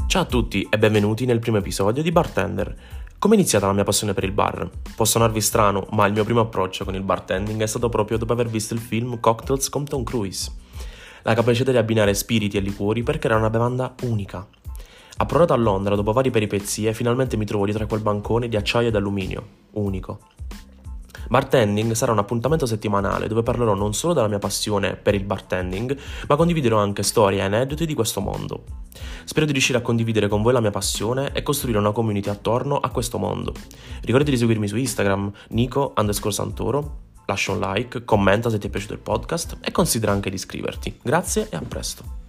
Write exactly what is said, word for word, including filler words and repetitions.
Ciao a tutti e benvenuti nel primo episodio di Bartender. Come è iniziata la mia passione per il bar? Può suonarvi strano, ma il mio primo approccio con il bartending è stato proprio dopo aver visto il film Cocktails con Tom Cruise. La capacità di abbinare spiriti e liquori per creare una bevanda unica. Approdato a Londra dopo varie peripezie, finalmente mi trovo dietro a quel bancone di acciaio ed alluminio, unico. Bartending sarà un appuntamento settimanale dove parlerò non solo della mia passione per il bartending, ma condividerò anche storie e aneddoti di questo mondo. Spero di riuscire a condividere con voi la mia passione e costruire una community attorno a questo mondo. Ricordati di seguirmi su Instagram, Nico underscore Santoro, lascia un like, commenta se ti è piaciuto il podcast e considera anche di iscriverti. Grazie e a presto.